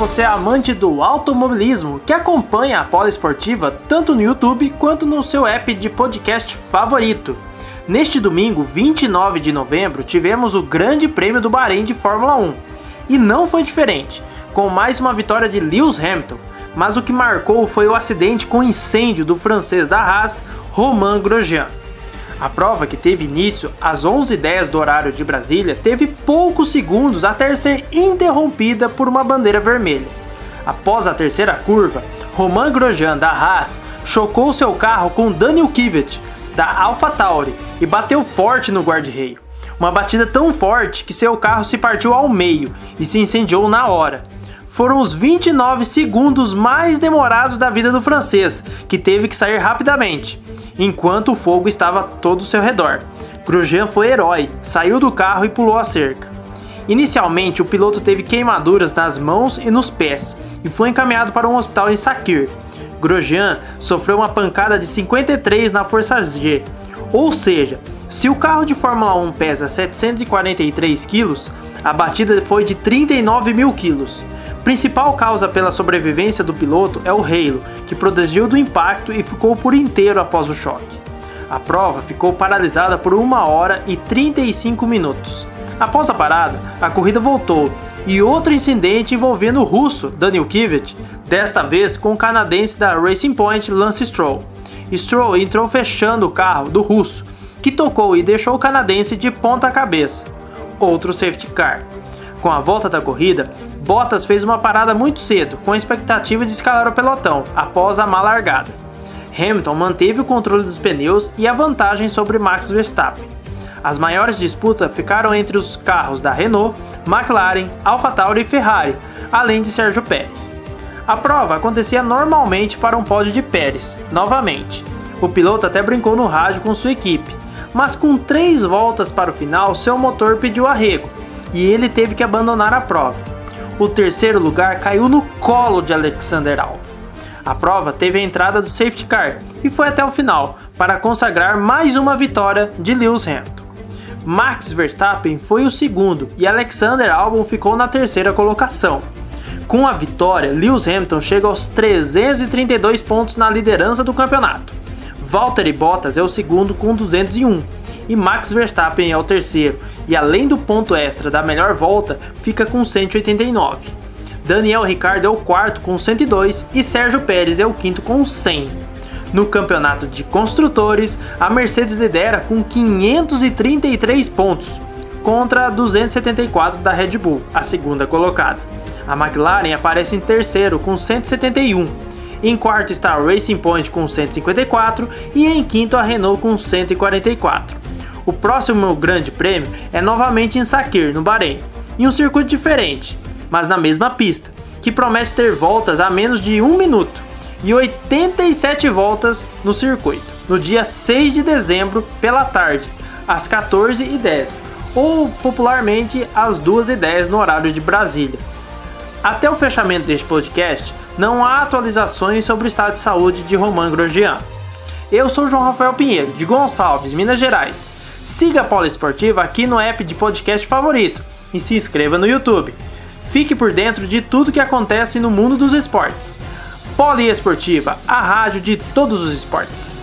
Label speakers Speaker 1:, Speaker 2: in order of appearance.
Speaker 1: você amante do automobilismo que acompanha a Poliesportiva tanto no YouTube quanto no seu app de podcast favorito. Neste domingo, 29 de novembro, tivemos o Grande Prêmio do Bahrein de Fórmula 1. E não foi diferente, com mais uma vitória de Lewis Hamilton, mas o que marcou foi o acidente com incêndio do francês da Haas, Romain Grosjean. A prova, que teve início às 11h10 do horário de Brasília, teve poucos segundos até ser interrompida por uma bandeira vermelha. Após a terceira curva, Romain Grosjean da Haas chocou seu carro com Daniel Kvyat da AlphaTauri e bateu forte no guarda-reio. Uma batida tão forte que seu carro se partiu ao meio e se incendiou na hora. Foram os 29 segundos mais demorados da vida do francês, que teve que sair rapidamente, enquanto o fogo estava todo ao seu redor. Grosjean foi herói, saiu do carro e pulou a cerca. Inicialmente, o piloto teve queimaduras nas mãos e nos pés e foi encaminhado para um hospital em Sakhir. Grosjean sofreu uma pancada de 53 na força G, ou seja, se o carro de Fórmula 1 pesa 743 kg, a batida foi de 39 mil kg. Principal causa pela sobrevivência do piloto é o halo, que protegeu do impacto e ficou por inteiro após o choque. A prova ficou paralisada por 1 hora e 35 minutos. Após a parada, a corrida voltou e outro incidente envolvendo o russo Daniel Kvyat, desta vez com o canadense da Racing Point Lance Stroll. Stroll entrou fechando o carro do russo, que tocou e deixou o canadense de ponta cabeça. Outro safety car. Com a volta da corrida, Bottas fez uma parada muito cedo, com a expectativa de escalar o pelotão após a má largada. Hamilton manteve o controle dos pneus e a vantagem sobre Max Verstappen. As maiores disputas ficaram entre os carros da Renault, McLaren, AlphaTauri e Ferrari, além de Sérgio Pérez. A prova acontecia normalmente para um pódio de Pérez, novamente. O piloto até brincou no rádio com sua equipe, mas com 3 voltas para o final, seu motor pediu arrego e ele teve que abandonar a prova. O terceiro lugar caiu no colo de Alexander Albon. A prova teve a entrada do safety car e foi até o final, para consagrar mais uma vitória de Lewis Hamilton. Max Verstappen foi o segundo e Alexander Albon ficou na terceira colocação. Com a vitória, Lewis Hamilton chega aos 332 pontos na liderança do campeonato. Valtteri Bottas é o segundo com 201 e Max Verstappen é o terceiro e, além do ponto extra da melhor volta, fica com 189. Daniel Ricciardo é o quarto com 102 e Sérgio Pérez é o quinto com 100. No campeonato de construtores, a Mercedes lidera com 533 pontos, contra 274 da Red Bull, a segunda colocada. A McLaren aparece em terceiro com 171, em quarto está a Racing Point com 154 e em quinto a Renault com 144. O próximo grande prêmio é novamente em Sakhir, no Bahrein, em um circuito diferente, mas na mesma pista, que promete ter voltas a menos de 1 minuto e 87 voltas no circuito, no dia 6 de dezembro pela tarde, às 14h10, ou popularmente às 2h10 no horário de Brasília. Até o fechamento deste podcast, não há atualizações sobre o estado de saúde de Romain Grosjean. Eu sou João Rafael Pinheiro, de Gonçalves, Minas Gerais. Siga a Poliesportiva aqui no app de podcast favorito e se inscreva no YouTube. Fique por dentro de tudo que acontece no mundo dos esportes. Poliesportiva, a rádio de todos os esportes.